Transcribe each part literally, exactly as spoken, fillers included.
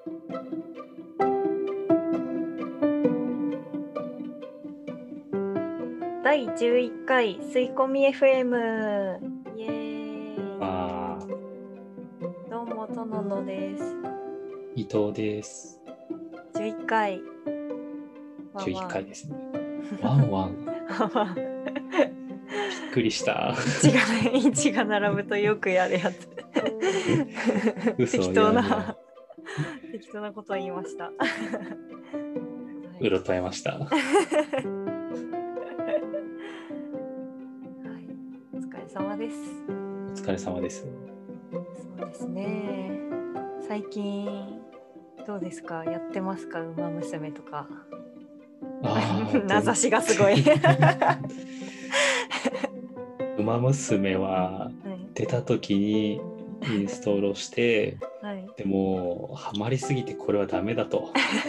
だいじゅういっかい吸い込み エフエム、イエーイ。 あどうもとののです。 伊藤です。 じゅういっかいワンじゅういっワンかいですね。ワンワン。びっくりした。 一が一が並ぶとよくやるやつ。 嘘適当いやいやな適当なことを言いました。 うろたえました。 はい、お疲れ様です。 お疲れ様です。 そうですね。最近どうですか？やってますか？ウマ娘とか。 ああ、 名指しがすごい。 ウマ娘は出た時にインストールをして、 はい、 でもハマりすぎてこれはダメだと。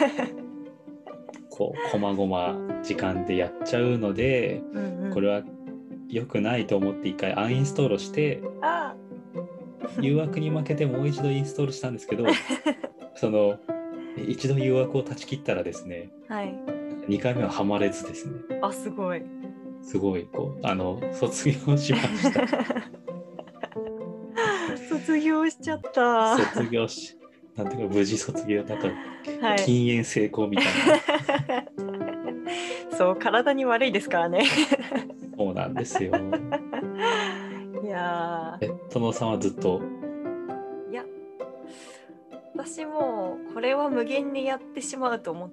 こう、こまごま時間でやっちゃうので、 うんうん、 これは良くないと思って一回アンインストールをして、 あ誘惑に負けてもう一度インストールしたんですけど、その一度誘惑を断ち切ったらですね、 はい、 にかいめはハマれずですね、 あ、すごい。 すごいこうあの卒業しました。 卒業しちゃった。 卒業し、なんていうか無事卒業、なんかはい。 禁煙成功みたいな。 そう、体に悪いですからね。 そうなんですよ。 いやえ、殿さんはずっと。 ー、いや、私もこれは無限にやってしまうと思って、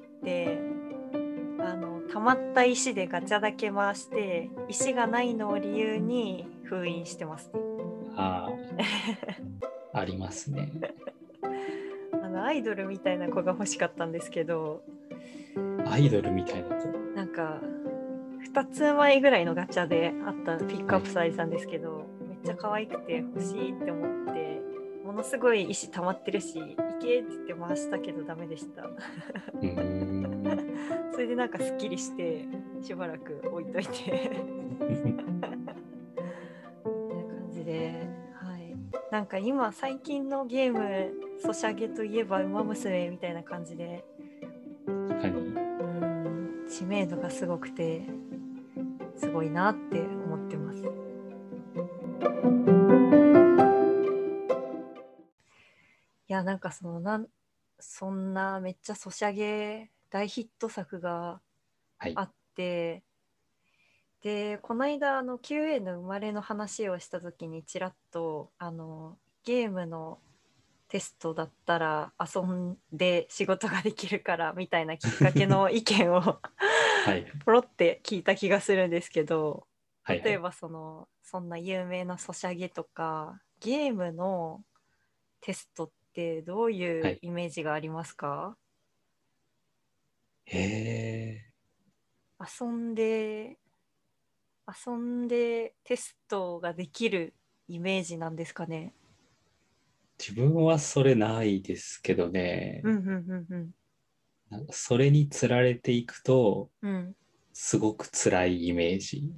あの溜まった石でガチャだけ回して、石がないのを理由に封印してますね。 ああ、ありますね。 あのアイドルみたいな子が欲しかったんですけど、 アイドルみたいな子。 なんかふたつまえぐらいのガチャであったピックアップされてたんですけど、はい、めっちゃ可愛くて欲しいって思って、ものすごい石溜まってるし、いけって言って回したけどダメでした。 うーんそれでなんかすっきりしてしばらく置いといてみたいな感じで、はい、なんか今最近のゲームソシャゲといえばウマ娘みたいな感じで、 確かに。 うん、知名度がすごくてすごいなって思ってます。いや、なんかそのなんそんなめっちゃソシャゲ大ヒット作があって、はい、でこの間あの キューエー の生まれの話をした時にちらっとあのゲームのテストだったら遊んで仕事ができるからみたいなきっかけの意見をはい、 ポロって聞いた気がするんですけど、 はいはい、 例えばそのそんな有名なソシャゲとかゲームのテストってどういうはい。 イメージがありますか？ へえ。 遊んで遊んでテストができるイメージなんですかね。 自分はそれないですけどね。 うんうんうんうん。 なんかそれにつられていくと、 うん。 すごく辛いイメージ。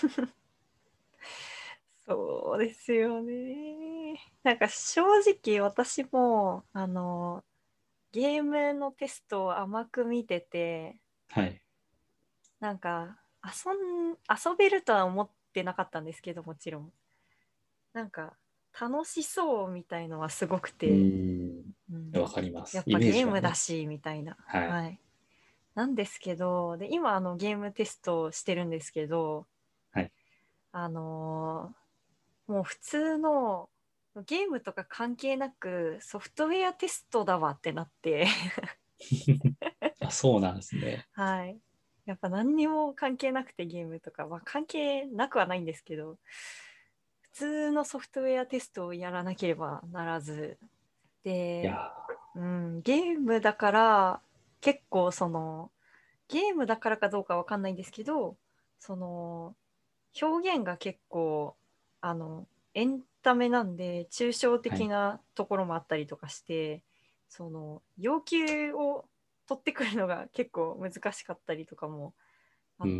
そうですよね。なんか正直私もあのゲームのテストを甘く見てて、 はい。 なんか遊ん遊べるとは思ってなかったんですけど、もちろんなんか楽しそうみたいのはすごくうて、 ーうん、 ん。わかります。 やっイぱゲームだメージはね。 しみたいな、 はい。 はい、なんですけど、で今あのゲームテストをしてるんですけど、 はい。 あのーもう普通のゲームとか関係なくソフトウェアテストだわってなってあ、そうなんですね。 はい、やっぱ何にも関係なくてゲームとか、まあ、関係なくはないんですけど、普通のソフトウェアテストをやらなければならずで、 いやうん、ゲームだから結構そのゲームだからかどうかわかんないんですけど、その表現が結構あのエンタメなんで抽象ー、はい。 的なところもあったりとかして、その要求を取ってくるのが結構難しかったりとかもあうーって、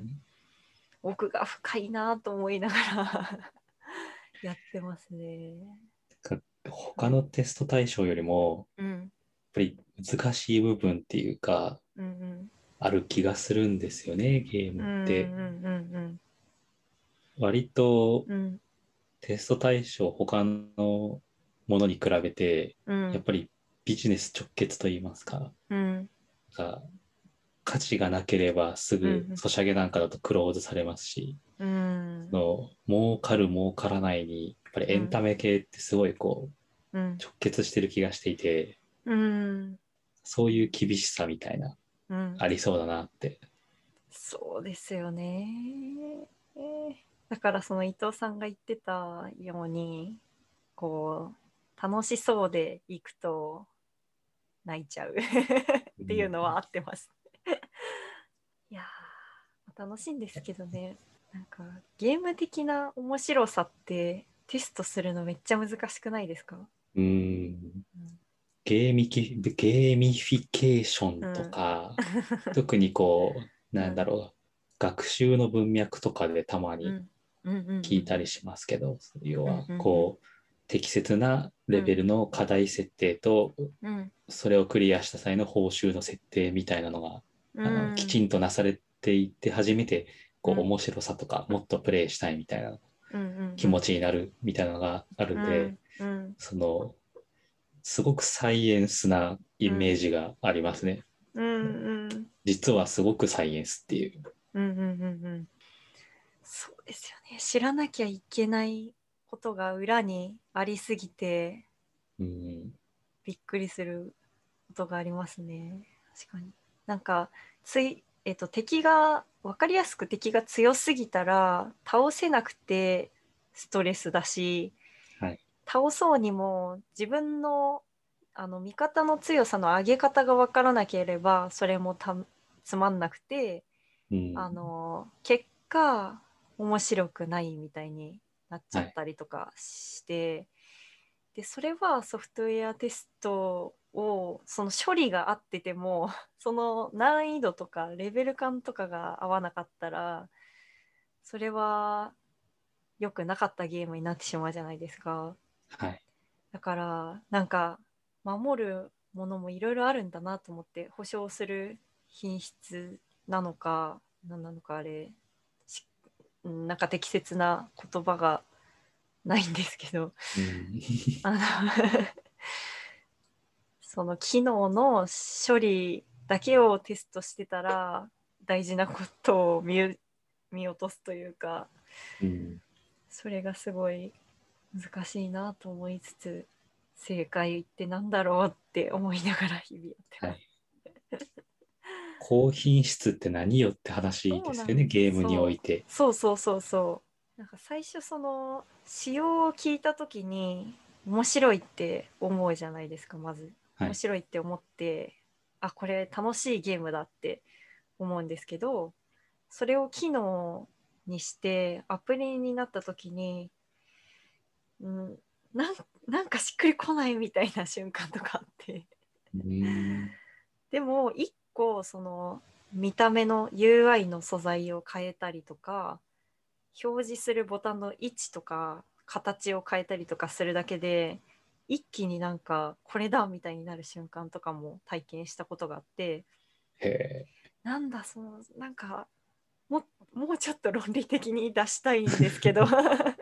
ん。 奥が深いなと思いながらやってますね。 か他はい、 のテスト対象よりも、 うん、 ぱり難しい部分っていうか、 うんうんある気がするんですよね、ゲーうんうムって。 んうん割とうんうんテスト対象、他のものに比べて、 うんやっぱりビジネス直結といいますか、 うんが価値がなければすぐうんソシャゲなんかだとクローズされますし、 うんその儲かる儲からないに、やっぱりエンタメ系ってすごいこううん直結してる気がしていて、 うんそういう厳しさみたいな、 うんありそうだなって。 そうですよね。えーだからその伊藤さんが言ってたようにこう楽しそうで行くと泣いちゃうっていうのは合ってます。いやー楽しいんですけどね。なんかゲーム的な面白さってテストするのめっちゃ難しくないですか？ うん、 うんゲーミキ、ゲーミフィケーションとうんか、特にこう、 うん。 なんだろう、学習の文脈とかでたまにうん。うん。うん。 聞いたりしますけど、要うん。 は、 うん。うん。 こう、適切なレベうん。 ルの課題設定と、 うん。 それをクリアした際の報酬の設定みたいなのが、 うあの、きちん。 んとなされていって初めて、こう、 うん。 面白さとか、もっとプレイしたいみたいなうん。 気持ちになるみたいなのがあるんで、 うん。うん。 その、すごくサイエンスなイメージがありますね。 うん。うん。 実はすごくサイエンスっていう。 うん。うん。うん。そうですよね。知らなきゃいけないことが裏にありすぎてうん、 びっくりすることがありますね。確かに。なんかつい、えっと、敵が分かりやすく敵が強すぎたら倒せなくてストレスだし、 はい。 倒そうにも自分のあの味方の強さの上げ方が分からなければそれもたつまんなくて、 うん、 あの結果面白くないみたいになっちゃはい。 ったりとかして、でそれはソフトウェアテストをその処理が合っててもその難易度とかレベル感とかが合わなかったらそれは良くなかったゲームになってしまうじゃないですか。 はい。 だからなんか守るものもいろいろあるんだなと思って、保証する品質なのか何なのかあれしなんか適切な言葉がないんですけど、 うん、 あのその機能の処理だけをテストしてたら大事なことを見見落とすというか、 うん、 それがすごい難しいなと思いつつ、正解ってなんだろうって思いながら日々やってます。 はい。高品質って何よって話そうですよね、 なんゲームにおそういて。 そうそうそうそうなんか最初その仕様を聞いた時に面白いって思うじゃないですか。まずはい。 面白いって思って、あこれ楽しいゲームだって思うんですけど、それを機能にしてアプリになった時に、うん、なんなんかしっくりこないみたいな瞬間とかあってうん、 でも一個その見た目の ユーアイ の素材を変えたりとか表示するボタンの位置とか形を変えたりとかするだけで一気になんかこれだみたいになる瞬間とかも体験したことがあって、 へえ。 なんだそのなんかももうちょっと論理的に出したいんですけどちょっ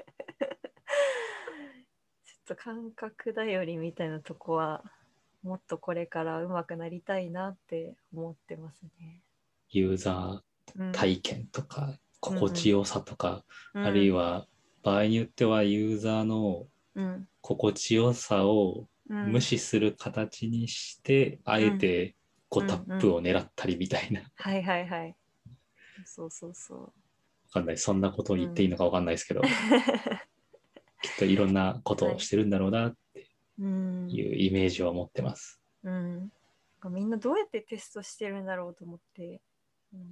と感覚頼りみたいなとこはもっとこれから上手くなりたいなって思ってますね。 ユーザーうん体験とか、心地うんよさとか、あるいうんは場合によってはユーザーのうん心地よさを無うん視する形にして、あうんえてこうんうタッうんプを狙ったりみたいな。わはいはいはいそうそうそかんない。そんなことをううん言っていいのかわかんないですけど、きっといろんなことはいをしてるんだろうなってうんいうイメージを持ってます。 うんみんなどうやってテストしてるんだろうと思って、うん、もうん。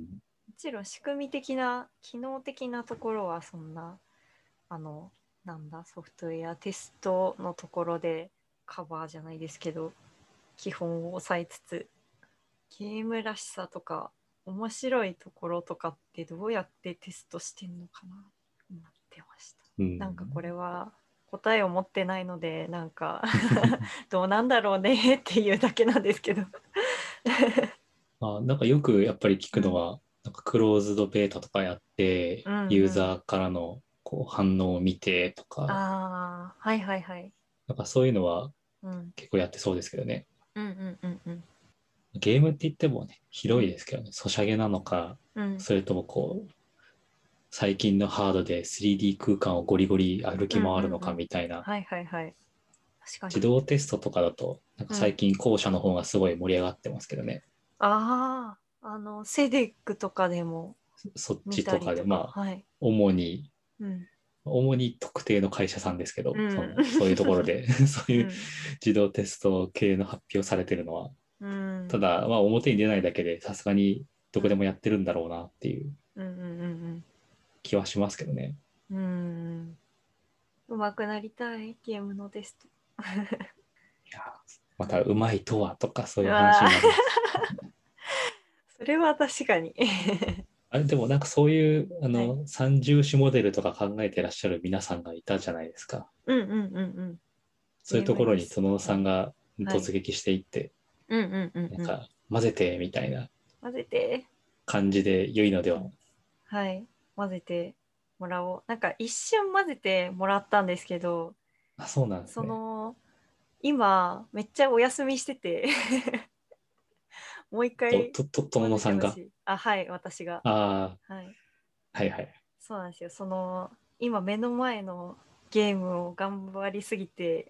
ちろん仕組み的な機能的なところはそんなあのなんだソフトウェアテストのところでカバーじゃないですけど基本を押さえつつゲームらしさとか面白いところとかってどうやってテストしてんのかなと思ってました。 うん。 なんかこれは答えを持ってないのでなんかどうなんだろうねっていうだけなんですけどあ、なんかよくやっぱり聞くのは、うん、なんかクローズドベータとかやって、うんうん、ユーザーからのこう反応を見てとか、 ああ、はいはいはい。 なんかそういうのは結構やってそうですけどね。 うんうんうんうん。 ゲームって言ってもね、広いですけどね、ソシャゲなのか、 うん、 それともこう、最近のハードで スリーディー 空間をゴリゴリ歩き回るのかみたいな。 はいはいはい。確かに。 自動テストとかだと、なんか最近後者の方がすごい盛り上がってますけどね。 うん、ああ、あの、セデックとかでもそっちとかで、まあ、はい、主に、うん、主に特定の会社さんですけど、うん、そのそういうところでそういう自動テスト系の発表されてるのは、うん、ただ、まあ、表に出ないだけでさすがにどこでもやってるんだろうなっていう気はしますけどね。 うん、うまくなりたいゲームのテスト。 いやまたうまいとはとかそういう話になります。 それは確かにあれでもなんかそういうあの、はい、三重視モデルとか考えてらっしゃる皆さんがいたじゃないですか。 うんうんうんうん。 そういうところに園野さんが突撃していって、はい、うんうんうんうん、なんか混ぜてみたいな混ぜて感じで良いのでは。 はい混ぜてもらおう。なんか一瞬混ぜてもらったんですけど、 あ、そうなんですね。 その今めっちゃお休みしててもう一回ととと野さんがあはい私があ、はい、はいはいそうなんですよ。その今目の前のゲームを頑張りすぎて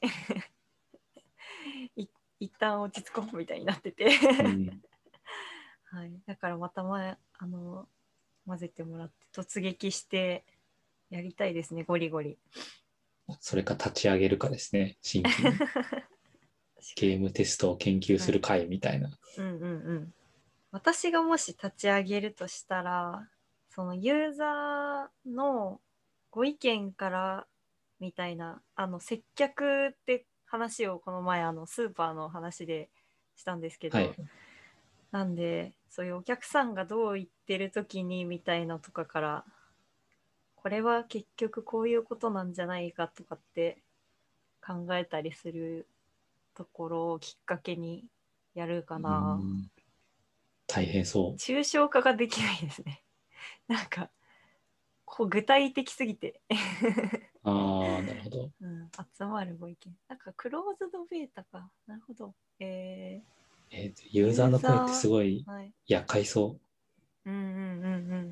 い一旦落ち着こうみたいになっててうんはい、だからまた前あの混ぜてもらって突撃してやりたいですね、ゴリゴリ。 それか立ち上げるかですね、新規にゲームテストを研究する会みたいな、はい、 うんうんうん。私がもし立ち上げるとしたら、そのユーザーのご意見からみたいな、あの接客って話をこの前あのスーパーの話でしたんですけど、はい、なんでそういうお客さんがどう言ってる時にみたいなとかから、これは結局こういうことなんじゃないかとかって考えたりするところをきっかけにやるかな。 大変そう。 抽象化ができないですね。なんかこう具体的すぎてああ、なるほど、 うん。集まるご意見。なんかクローズドベータか。なるほど。えー、 えー、ユーザーの声ってすごい厄介そう。はい、 うんうんうんうん。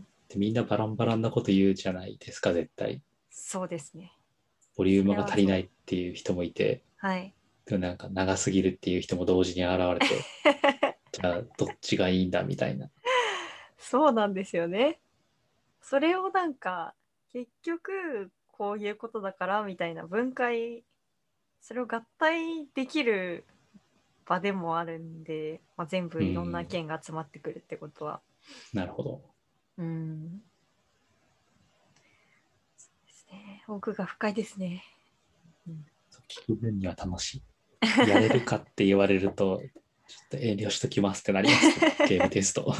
でみんなバランバランなこと言うじゃないですか、絶対。 そうですね。 ボリュームが足りないっていう人もいて、 はい。 でもなんか長すぎるっていう人も同時に現れて、じゃあどっちがいいんだみたいな。 そうなんですよね。それをなんか結局こういうことだからみたいな分解、それを合体できる場でもあるんで、まあ、全部いろんな意見が集まってくるってことは。 なるほど。 うん。そうですね。奥が深いですね。 うん、聞く分には楽しい。やれるかって言われると、ちょっと遠慮しときますってなりますけど、ゲームテスト。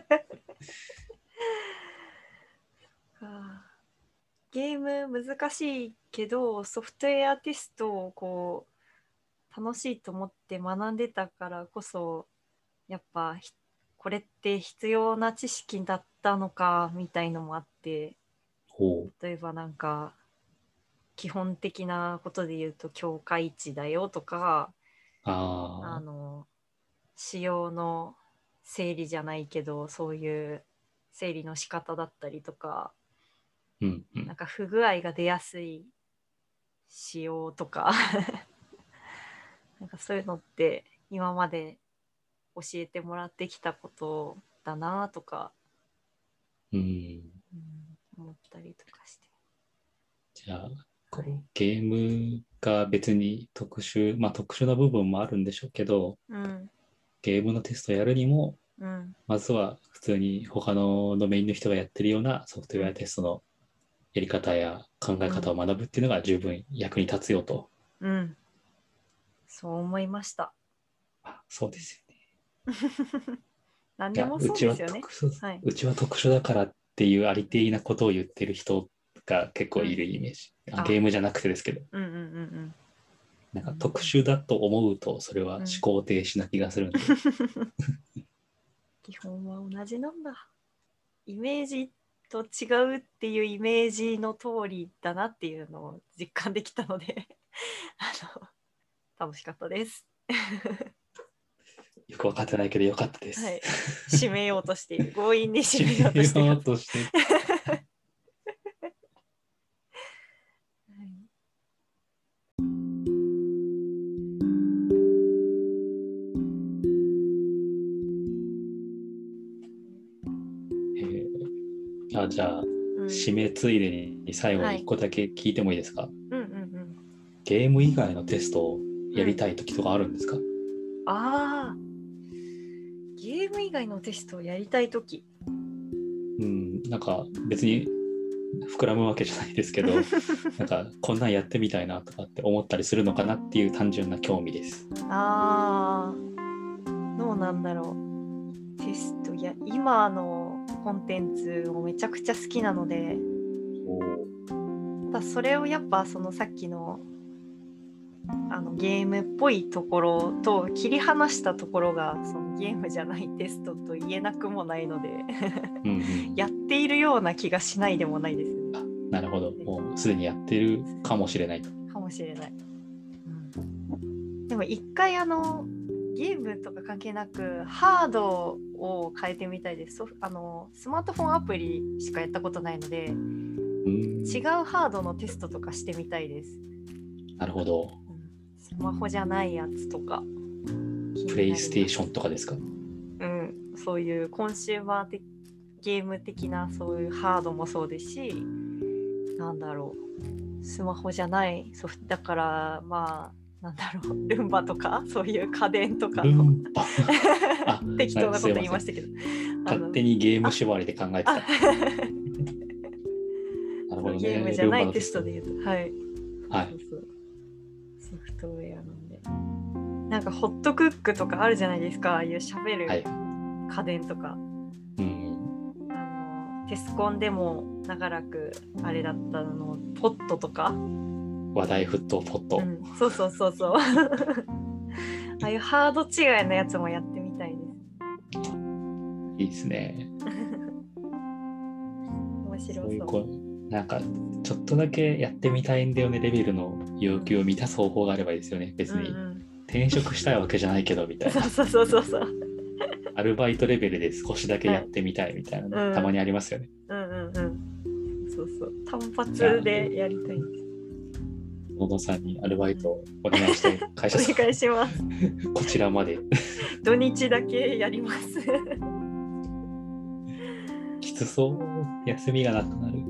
ゲーム難しいけど、ソフトウェアテストをこう楽しいと思って学んでたからこそ、やっぱこれって必要な知識だったのかみたいのもあって、例えばなんか基本的なことで言うと境界値だよとか、 ああの仕様の整理じゃないけどそういう整理の仕方だったりとか、 うんうん、 なんか不具合が出やすい仕様とかなんかそういうのって今まで教えてもらってきたことだなとか、 うん、 うん、思ったりとかして。 じゃあこう、はい、ゲームが別に特殊まあ特殊な部分もあるんでしょうけど、 うん、 ゲームのテストやるにも、 うん、 まずは普通に他のドメインの人がやってるようなソフトウェアテストのやり方や考え方を学ぶっていうのが十分役に立つよと。 うん、うん、そう思いました。 あ、そうですよね。何でもそうですよね。 うちは特殊、はい、うちは特殊だからっていうありていなことを言ってる人が結構いるイメージ、うん、ゲームじゃなくてですけど、 うんうんうんうん、 なんか特殊だと思うとそれは思考停止な気がするんで、うん、 基本は同じなんだ。イメージと違うっていうイメージの通りだなっていうのを実感できたのであの楽しかったですよく分かってないけどよかったです、 はい、締めようとしている強引に締めようとしているとしてあ、じゃあ、うん、締めついでに最後にいっこだけ聞いてもいいですか？はい、 うんうんうん、 ゲーム以外のテストをやりたい時とかあるんですか？うん、 ああ、ゲーム以外のテストをやりたい時、 うん、なんか別に膨らむわけじゃないですけどなんかこんなんやってみたいなとかって思ったりするのかなっていう単純な興味です。 ああ、どうなんだろう。テスト、いや今のコンテンツもめちゃくちゃ好きなので、ただそれをやっぱそのさっきのあのゲームっぽいところと切り離したところがそのゲームじゃないテストと言えなくもないのでうん、やっているような気がしないでもないです。 あ、なるほど、もうすでにやってるかもしれないと。 かもしれない、うん、でも一回あのゲームとか関係なくハードを変えてみたいです。あのスマートフォンアプリしかやったことないので、うん、違うハードのテストとかしてみたいです。 なるほど、うん、 スマホじゃないやつとか、 プレイステーションとかですか？ うん、そういうコンシューマー的ゲーム的なそういうハードもそうですし、なんだろう、スマホじゃないソフトだからまあなんだろう、ルンバとかそういう家電とかのルンバ適当なこと言いましたけど、 勝手にゲーム縛りで考えてたなるほどね、 ゲームじゃないテストで言うと、はい、 はい、 そうそう、ソフトウェアなんで、なんかホットクックとかあるじゃないですか、ああいう喋る家電とか、はい、うん、あのテスコンでも長らくあれだったのポットとか、 話題沸騰ポット、うん、 そうそうそうそうああいうハード違いのやつもやってみたいです。 いいですね面白そう。 そういうこうなんかちょっとだけやってみたいんだよねレベルの要求を満たす方法があればいいですよね。別に転職したいわけじゃないけどみたいなそうそうそうそうアルバイトレベルで少しだけやってみたいみたいなの、はい、たまにありますよね。 うんうんうんそうそう、単発でやりたいんです。 野野さんにアルバイトをお願いして会社さんお願いしますこちらまで土日だけやりますきつそう、休みがなくなる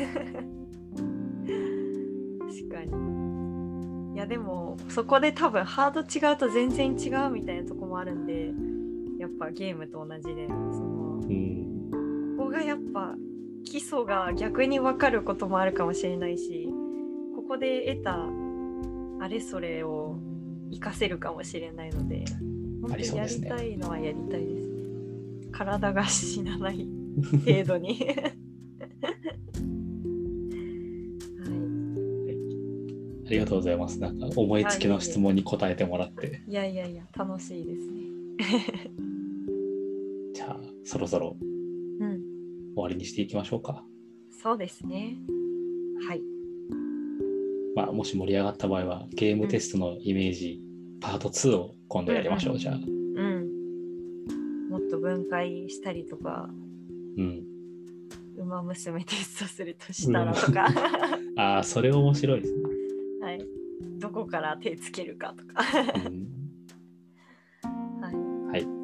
確かに。いやでもそこで多分ハード違うと全然違うみたいなとこもあるんで、やっぱゲームと同じでその、うん、ここがやっぱ基礎が逆に分かることもあるかもしれないし、ここで得たあれそれを活かせるかもしれないので、本当にやりたいのはやりたいですね。体が死なない程度にはい、はい、 ありがとうございます。なんか思いつきの質問に答えてもらって、 いやいやいや楽しいですねじゃあそろそろ終わりにしていきましょうか。 うん、そうですね、はい。 まあ、もし盛り上がった場合はゲームテストのイメージ、うん、パートツーを今度やりましょう、うんうん、じゃあ、うん、 もっと分解したりとか、 うん、 ウマ娘テストするとしたらとかああそれ面白いですね。 はい、どこから手つけるかとか、うん、はい、 はい、うん、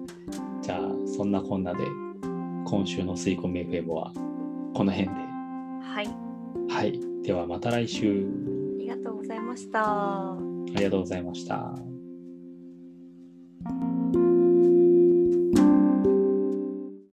じゃあそんなこんなで今週の吸い込み エフエム はこの辺で、 はいはい、ではまた来週。 ありがとうございました。 ありがとうございました。